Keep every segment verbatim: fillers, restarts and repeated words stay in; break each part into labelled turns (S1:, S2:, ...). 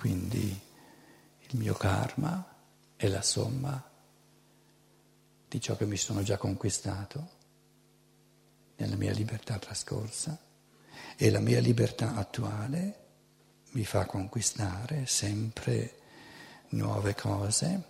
S1: quindi il mio karma è la somma di ciò che mi sono già conquistato nella mia libertà trascorsa e la mia libertà attuale mi fa conquistare sempre nuove cose.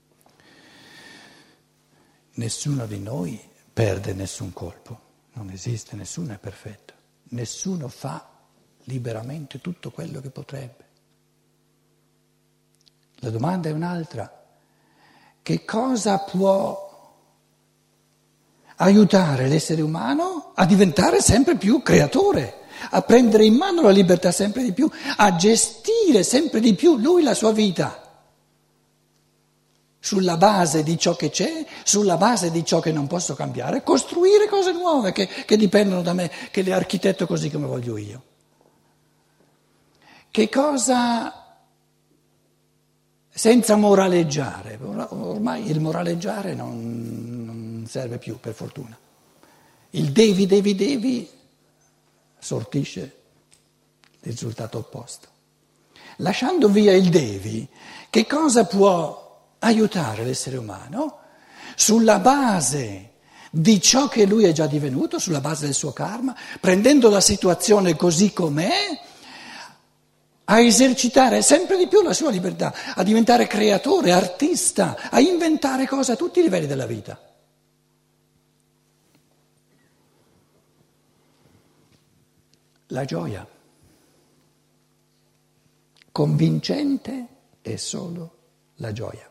S1: Nessuno di noi perde nessun colpo, non esiste, nessuno è perfetto, nessuno fa liberamente tutto quello che potrebbe. La domanda è un'altra: che cosa può aiutare l'essere umano a diventare sempre più creatore, a prendere in mano la libertà sempre di più, a gestire sempre di più lui la sua vita, sulla base di ciò che c'è, sulla base di ciò che non posso cambiare, costruire cose nuove che, che dipendono da me, che le architetto così come voglio io. Che cosa... Senza moraleggiare, ormai il moraleggiare non, non serve più, per fortuna. Il devi, devi, devi sortisce il risultato opposto. Lasciando via il devi, che cosa può aiutare l'essere umano? Sulla base di ciò che lui è già divenuto, sulla base del suo karma, prendendo la situazione così com'è, a esercitare sempre di più la sua libertà, a diventare creatore, artista, a inventare cose a tutti i livelli della vita. La gioia convincente è solo la gioia.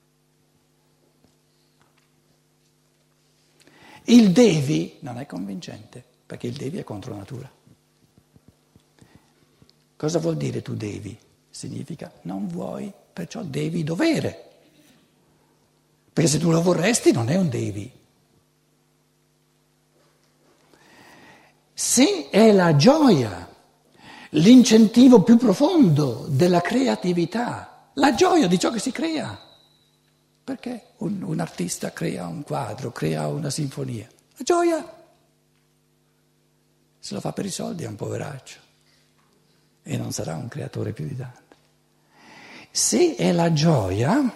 S1: Il devi non è convincente, perché il devi è contro natura. Cosa vuol dire tu devi? Significa non vuoi, perciò devi dovere. Perché se tu lo vorresti non è un devi. Se è la gioia l'incentivo più profondo della creatività, la gioia di ciò che si crea, perché un, un artista crea un quadro, crea una sinfonia, la gioia, se lo fa per i soldi è un poveraccio. E non sarà un creatore più di tanto. Se è la gioia,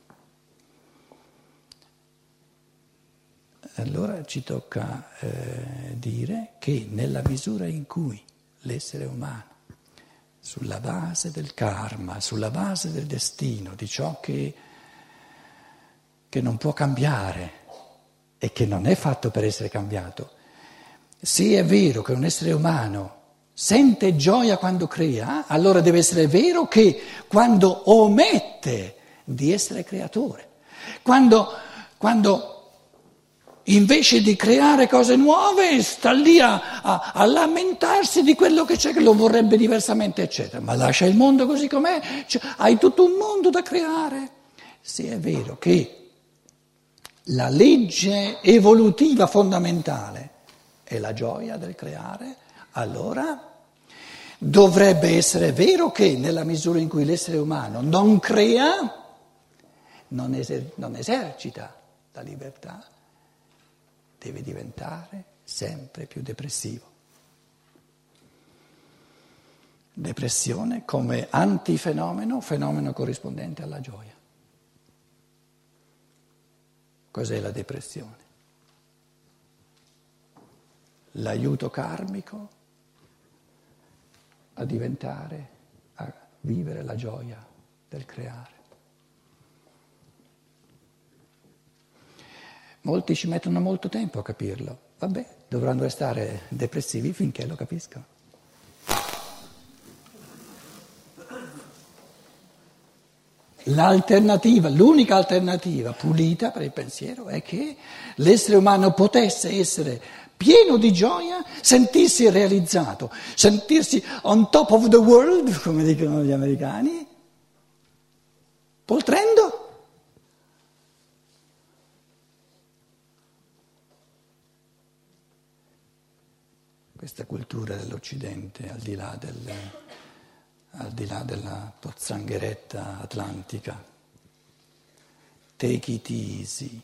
S1: allora ci tocca eh, dire che nella misura in cui l'essere umano, sulla base del karma, sulla base del destino, di ciò che, che non può cambiare e che non è fatto per essere cambiato, se è vero che un essere umano sente gioia quando crea, allora deve essere vero che quando omette di essere creatore, quando, quando invece di creare cose nuove sta lì a, a, a lamentarsi di quello che c'è, che lo vorrebbe diversamente, eccetera, ma lascia il mondo così com'è, cioè, hai tutto un mondo da creare. Se è vero che la legge evolutiva fondamentale è la gioia del creare, allora dovrebbe essere vero che nella misura in cui l'essere umano non crea, non, eser- non esercita la libertà, deve diventare sempre più depressivo. Depressione come antifenomeno, fenomeno corrispondente alla gioia. Cos'è la depressione? L'aiuto karmico a diventare, a vivere la gioia del creare. Molti ci mettono molto tempo a capirlo. Vabbè, dovranno restare depressivi finché lo capiscono. L'alternativa, l'unica alternativa pulita per il pensiero è che l'essere umano potesse essere pieno di gioia, sentirsi realizzato, sentirsi on top of the world, come dicono gli americani, poltrendo. Questa cultura dell'Occidente, al di là del, al di là della pozzangheretta atlantica, take it easy.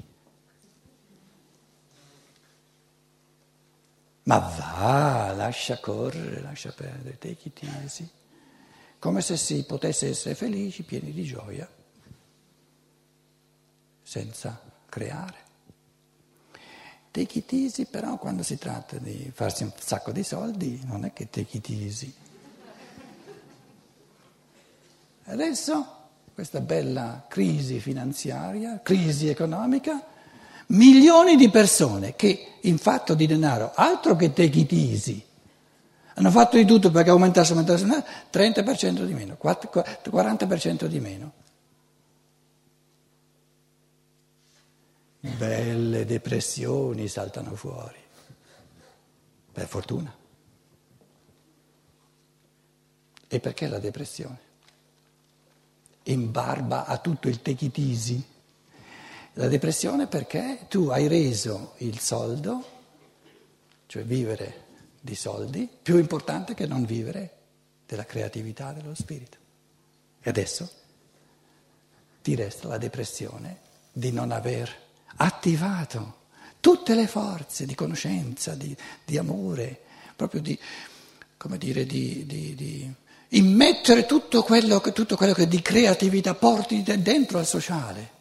S1: Ma va, lascia correre, lascia perdere, take it easy. come se si potesse essere felici, pieni di gioia, senza creare. Take it easy, però quando si tratta di farsi un sacco di soldi non è che take it easy. Adesso questa bella crisi finanziaria, crisi economica, milioni di persone che in fatto di denaro, altro che take it easy, hanno fatto di tutto perché aumentasse, aumentasse, trenta per cento di meno, quaranta per cento di meno. Belle depressioni saltano fuori, per fortuna. E perché la depressione? In barba a tutto il take it easy. La depressione perché tu hai reso il soldo, cioè vivere di soldi, più importante che non vivere della creatività dello spirito. E adesso ti resta la depressione di non aver attivato tutte le forze di conoscenza, di, di amore, proprio di, come dire, di, di, di immettere tutto quello, tutto quello che di creatività porti dentro al sociale.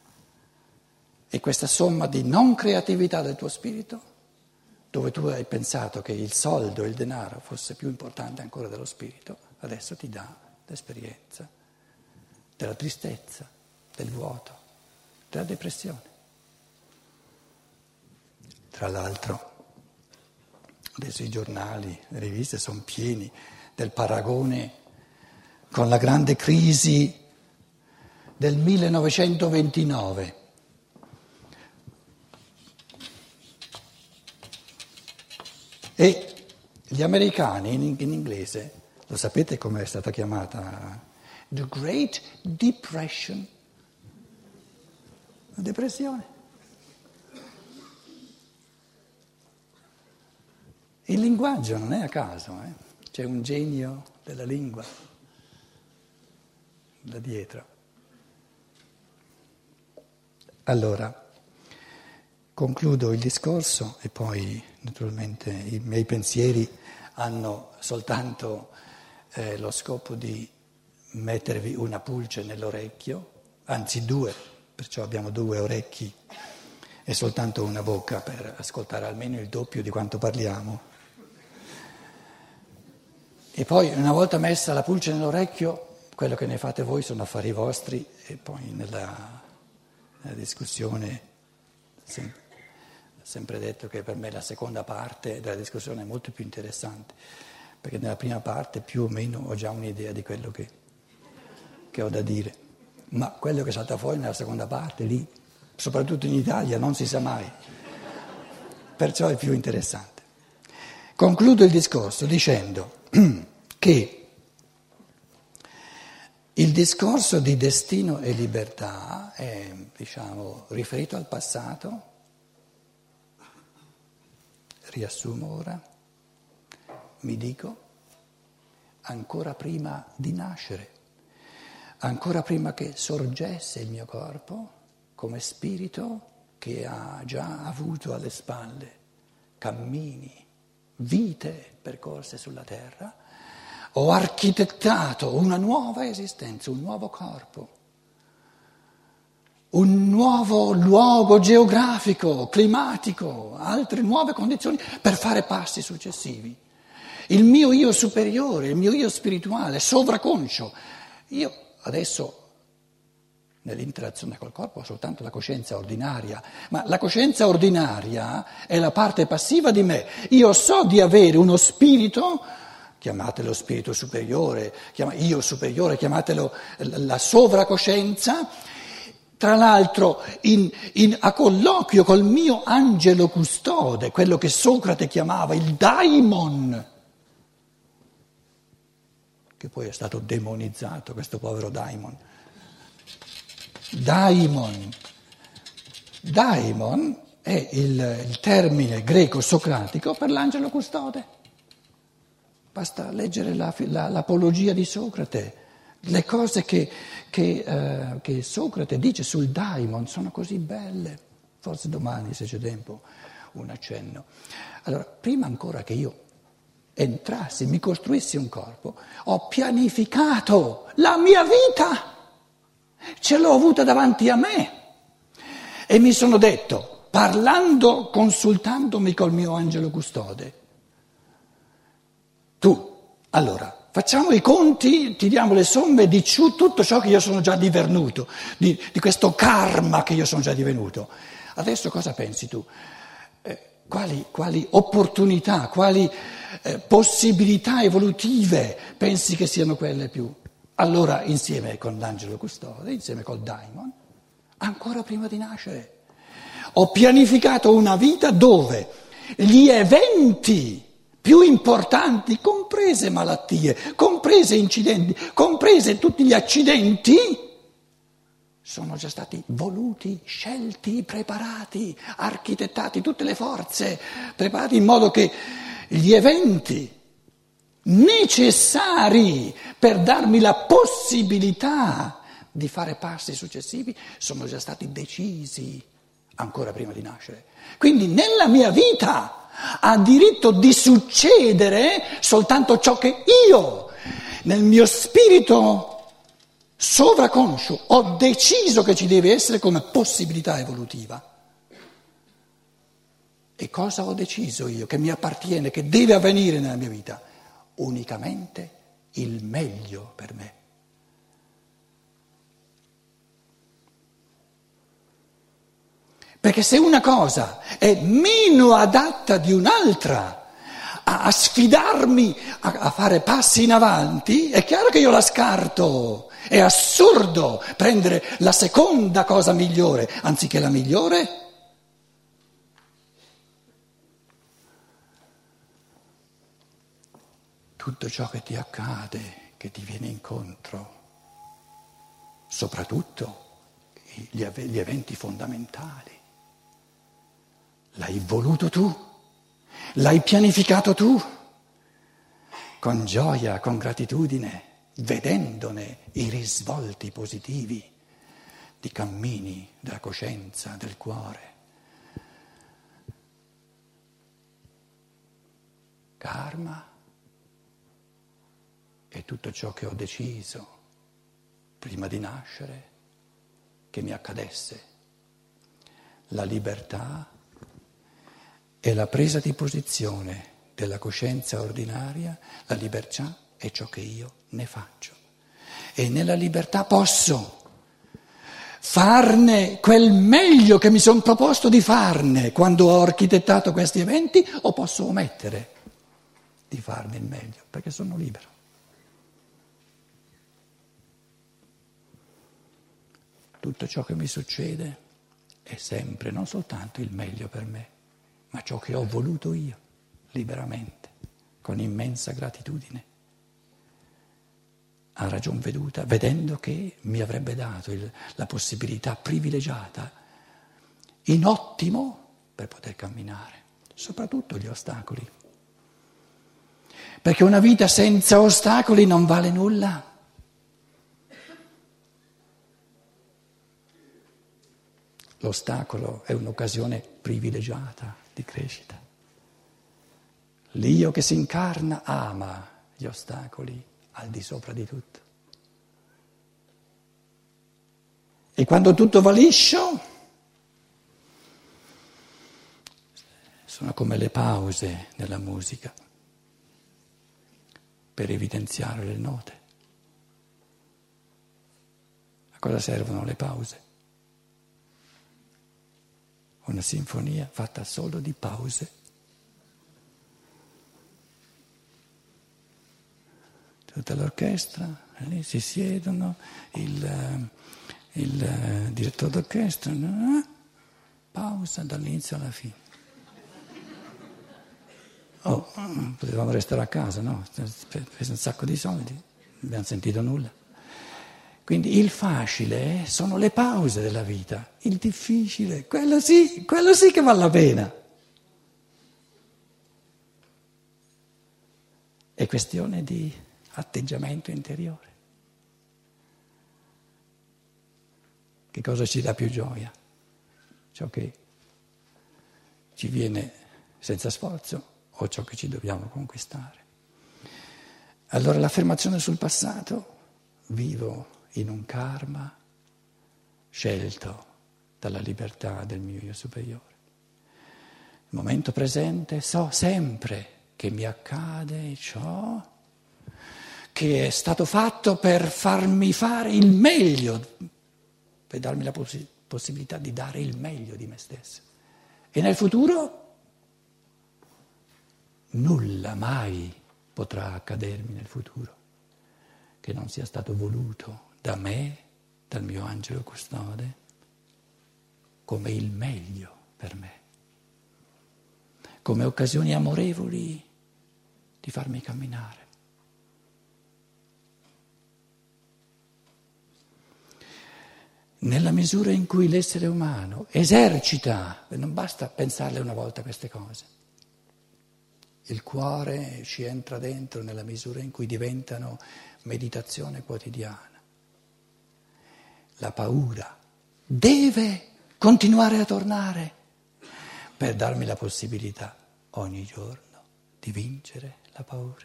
S1: E questa somma di non creatività del tuo spirito, dove tu hai pensato che il soldo e il denaro fosse più importante ancora dello spirito, adesso ti dà l'esperienza della tristezza, del vuoto, della depressione. Tra l'altro, adesso i giornali, le riviste sono pieni del paragone con la grande crisi del millenovecentoventinove. E gli americani in, in inglese, lo sapete com'è stata chiamata? The Great Depression. La depressione. Il linguaggio non è a caso, eh? C'è un genio della lingua da dietro. Allora, concludo il discorso e poi naturalmente i miei pensieri hanno soltanto eh, lo scopo di mettervi una pulce nell'orecchio, anzi due, perciò abbiamo due orecchi e soltanto una bocca per ascoltare almeno il doppio di quanto parliamo. E poi una volta messa la pulce nell'orecchio, quello che ne fate voi sono affari vostri e poi nella, nella discussione, sempre, sempre detto che per me la seconda parte della discussione è molto più interessante, perché nella prima parte più o meno ho già un'idea di quello che, che ho da dire, ma quello che salta fuori nella seconda parte lì, soprattutto in Italia, non si sa mai, perciò è più interessante. Concludo il discorso dicendo che il discorso di destino e libertà è, diciamo, riferito al passato, riassumo ora, mi dico, ancora prima di nascere, ancora prima che sorgesse il mio corpo, come spirito che ha già avuto alle spalle cammini, vite percorse sulla terra, ho architettato una nuova esistenza, un nuovo corpo, un nuovo luogo geografico, climatico, altre nuove condizioni per fare passi successivi. Il mio io superiore, il mio io spirituale, sovraconscio, io adesso nell'interazione col corpo ho soltanto la coscienza ordinaria, ma la coscienza ordinaria è la parte passiva di me. Io so di avere uno spirito, chiamatelo spirito superiore, chiama, io superiore, chiamatelo la sovracoscienza, tra l'altro in, in, a colloquio col mio angelo custode, quello che Socrate chiamava il daimon, che poi è stato demonizzato questo povero daimon. Daimon. Daimon è il, il termine greco-socratico per l'angelo custode. Basta leggere la, la, l'apologia di Socrate. Le cose che, che, uh, che Socrate dice sul daimon sono così belle. Forse domani, se c'è tempo, un accenno. Allora, prima ancora che io entrassi, mi costruissi un corpo, ho pianificato la mia vita, ce l'ho avuta davanti a me e mi sono detto, parlando, consultandomi col mio angelo custode, tu, allora, facciamo i conti, tiriamo le somme di ciù, tutto ciò che io sono già divenuto, di, di questo karma che io sono già divenuto. Adesso cosa pensi tu? Eh, quali, quali opportunità, quali eh, possibilità evolutive pensi che siano quelle più? Allora, insieme con l'angelo custode, insieme col daimon, ancora prima di nascere, ho pianificato una vita dove gli eventi più importanti, comprese malattie, comprese incidenti, comprese tutti gli accidenti, sono già stati voluti, scelti, preparati, architettati, tutte le forze, preparati in modo che gli eventi necessari per darmi la possibilità di fare passi successivi sono già stati decisi ancora prima di nascere. Quindi nella mia vita ha diritto di succedere soltanto ciò che io, nel mio spirito sovraconscio, ho deciso che ci deve essere come possibilità evolutiva. E cosa ho deciso io che mi appartiene, che deve avvenire nella mia vita? Unicamente il meglio per me. Perché se una cosa è meno adatta di un'altra a, a sfidarmi a, a fare passi in avanti, è chiaro che io la scarto. È assurdo prendere la seconda cosa migliore anziché la migliore. Tutto ciò che ti accade, che ti viene incontro, soprattutto gli, gli eventi fondamentali, l'hai voluto tu, l'hai pianificato tu, con gioia, con gratitudine, vedendone i risvolti positivi di cammini della coscienza, del cuore. Karma è tutto ciò che ho deciso prima di nascere che mi accadesse. La libertà è la presa di posizione della coscienza ordinaria, la libertà è ciò che io ne faccio. E nella libertà posso farne quel meglio che mi sono proposto di farne quando ho architettato questi eventi, o posso omettere di farne il meglio, perché sono libero. Tutto ciò che mi succede è sempre, non soltanto il meglio per me, ma ciò che ho voluto io, liberamente, con immensa gratitudine, a ragion veduta, vedendo che mi avrebbe dato il, la possibilità privilegiata, in ottimo, per poter camminare, soprattutto gli ostacoli. Perché una vita senza ostacoli non vale nulla. L'ostacolo è un'occasione privilegiata di crescita. L'io che si incarna ama gli ostacoli al di sopra di tutto. E quando tutto va liscio, sono come le pause nella musica per evidenziare le note. A cosa servono le pause? Una sinfonia fatta solo di pause. Tutta l'orchestra, lì si siedono, il, il direttore d'orchestra, pausa dall'inizio alla fine. Oh, potevamo restare a casa, no? Spesa un sacco di soldi, non abbiamo sentito nulla. Quindi il facile sono le pause della vita, il difficile, quello sì, quello sì che vale la pena. È questione di atteggiamento interiore. Che cosa ci dà più gioia? Ciò che ci viene senza sforzo o ciò che ci dobbiamo conquistare? Allora l'affermazione sul passato, vivo in un karma scelto dalla libertà del mio io superiore. Il momento presente, so sempre che mi accade ciò che è stato fatto per farmi fare il meglio, per darmi la poss- possibilità di dare il meglio di me stesso. E nel futuro nulla mai potrà accadermi nel futuro che non sia stato voluto da me, dal mio angelo custode, come il meglio per me, come occasioni amorevoli di farmi camminare. Nella misura in cui l'essere umano esercita, non basta pensarle una volta queste cose, il cuore ci entra dentro nella misura in cui diventano meditazione quotidiana. La paura deve continuare a tornare per darmi la possibilità ogni giorno di vincere la paura.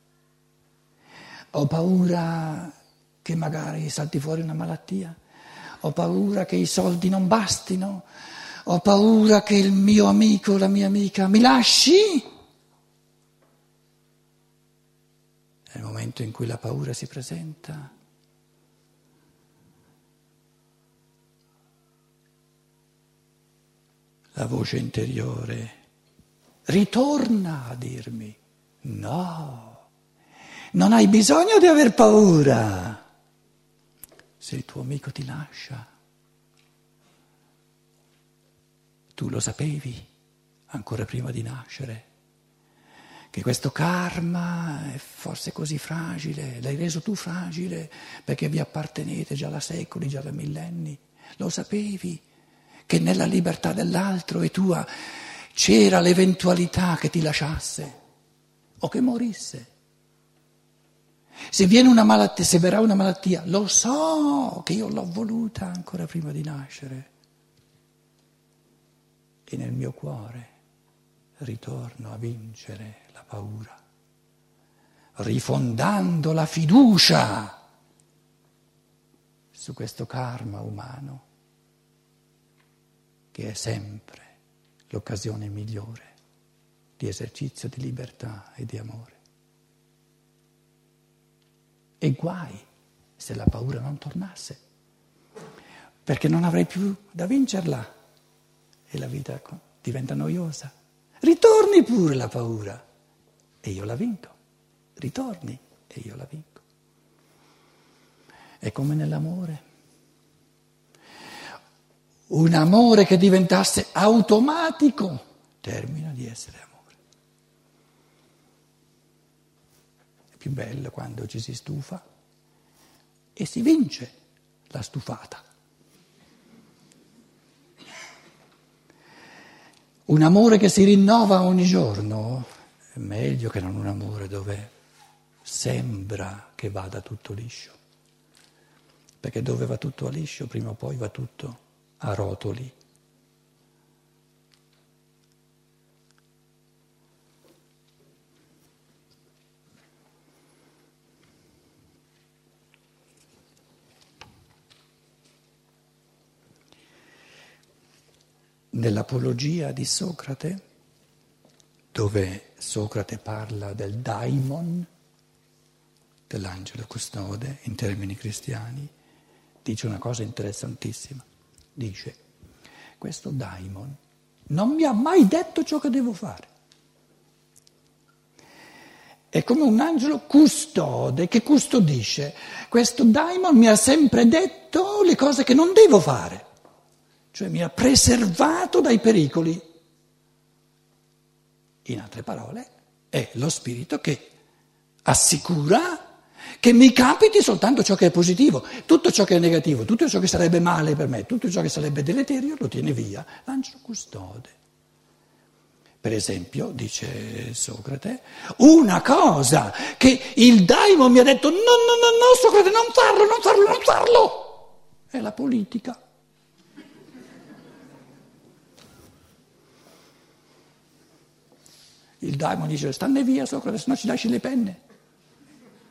S1: Ho paura che magari salti fuori una malattia, ho paura che i soldi non bastino, ho paura che il mio amico o la mia amica mi lasci. Nel momento in cui la paura si presenta, la voce interiore ritorna a dirmi: no, non hai bisogno di aver paura. Se il tuo amico ti lascia, tu lo sapevi ancora prima di nascere, che questo karma è forse così fragile, l'hai reso tu fragile perché vi appartenete già da secoli, già da millenni, lo sapevi che nella libertà dell'altro e tua c'era l'eventualità che ti lasciasse o che morisse. Se viene una malattia, se verrà una malattia, lo so che io l'ho voluta ancora prima di nascere. E nel mio cuore ritorno a vincere la paura, rifondando la fiducia su questo karma umano, che è sempre l'occasione migliore di esercizio di libertà e di amore. E guai se la paura non tornasse, perché non avrei più da vincerla e la vita diventa noiosa. Ritorni pure la paura e io la vinco, ritorni e io la vinco. È come nell'amore. Un amore che diventasse automatico termina di essere amore. È più bello quando ci si stufa e si vince la stufata. Un amore che si rinnova ogni giorno è meglio che non un amore dove sembra che vada tutto liscio, perché dove va tutto a liscio prima o poi va tutto a rotoli. Nell'Apologia di Socrate, dove Socrate parla del daimon, dell'angelo custode in termini cristiani, dice una cosa interessantissima. Dice: questo daimon non mi ha mai detto ciò che devo fare. È come un angelo custode che custodisce. Questo daimon mi ha sempre detto le cose che non devo fare. Cioè mi ha preservato dai pericoli. In altre parole, è lo spirito che assicura che mi capiti soltanto ciò che è positivo. Tutto ciò che è negativo, tutto ciò che sarebbe male per me, tutto ciò che sarebbe deleterio lo tiene via l'angelo custode. Per esempio, dice Socrate, una cosa che il daimon mi ha detto: no, no, no, no, Socrate, non farlo, non farlo, non farlo, è la politica. Il daimon dice: stanne via, Socrate, se no ci lasci le penne.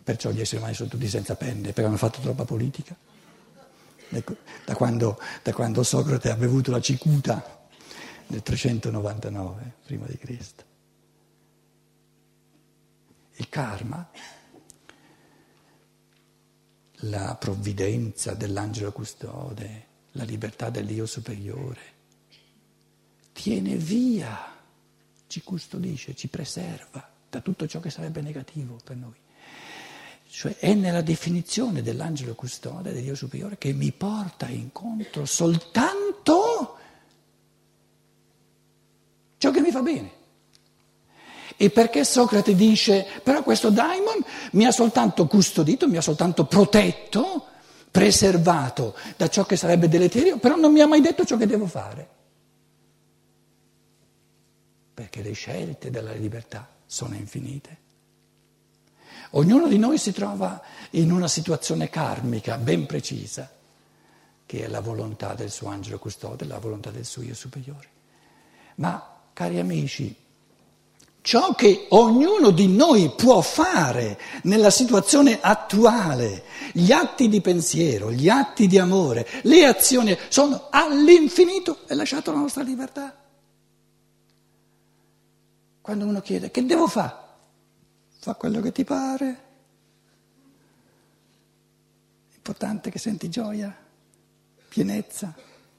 S1: perciò gli esseri umani sono tutti senza penne, perché hanno fatto troppa politica. Ecco, da quando, da quando Socrate ha bevuto la cicuta nel trecentonovantanove prima di Cristo. Il karma, la provvidenza dell'angelo custode, la libertà dell'io superiore, tiene via, ci custodisce, ci preserva da tutto ciò che sarebbe negativo per noi. Cioè è nella definizione dell'angelo custode, dell'io superiore, che mi porta incontro soltanto ciò che mi fa bene. E perché Socrate dice, però questo daimon mi ha soltanto custodito, mi ha soltanto protetto, preservato da ciò che sarebbe deleterio, però non mi ha mai detto ciò che devo fare. Perché le scelte della libertà sono infinite. Ognuno di noi si trova in una situazione karmica ben precisa, che è la volontà del suo angelo custode, la volontà del suo io superiore. Ma, cari amici, ciò che ognuno di noi può fare nella situazione attuale, gli atti di pensiero, gli atti di amore, le azioni sono all'infinito e lasciato la nostra libertà. Quando uno chiede che devo fare, fa quello che ti pare, l'importante è che senti gioia, pienezza.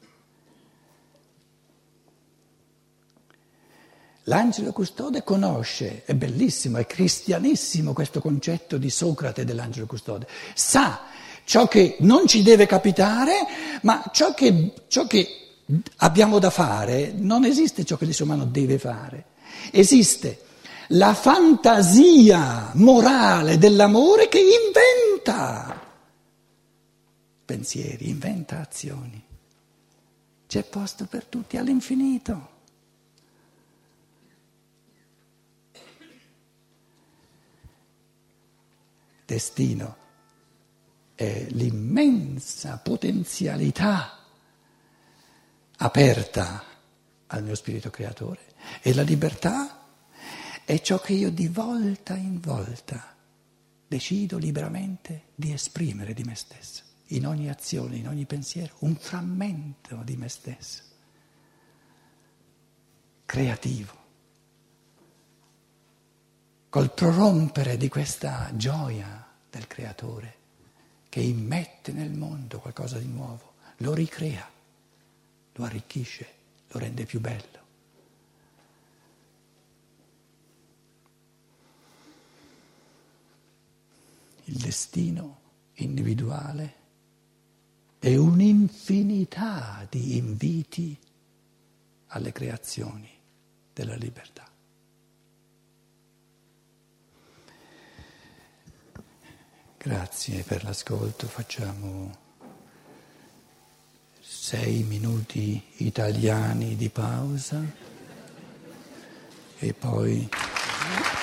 S1: L'angelo custode conosce, è bellissimo, è cristianissimo questo concetto di Socrate dell'angelo custode, sa ciò che non ci deve capitare, ma ciò che, ciò che abbiamo da fare, non esiste ciò che l'essere umano deve fare, esiste la fantasia morale dell'amore che inventa pensieri, inventa azioni. C'è posto per tutti all'infinito. Destino è l'immensa potenzialità aperta al mio spirito creatore e la libertà è ciò che io di volta in volta decido liberamente di esprimere di me stesso, in ogni azione, in ogni pensiero, un frammento di me stesso, creativo, col prorompere di questa gioia del creatore che immette nel mondo qualcosa di nuovo, lo ricrea, lo arricchisce, lo rende più bello. Il destino individuale è un'infinità di inviti alle creazioni della libertà. Grazie per l'ascolto, facciamo sei minuti italiani di pausa e poi...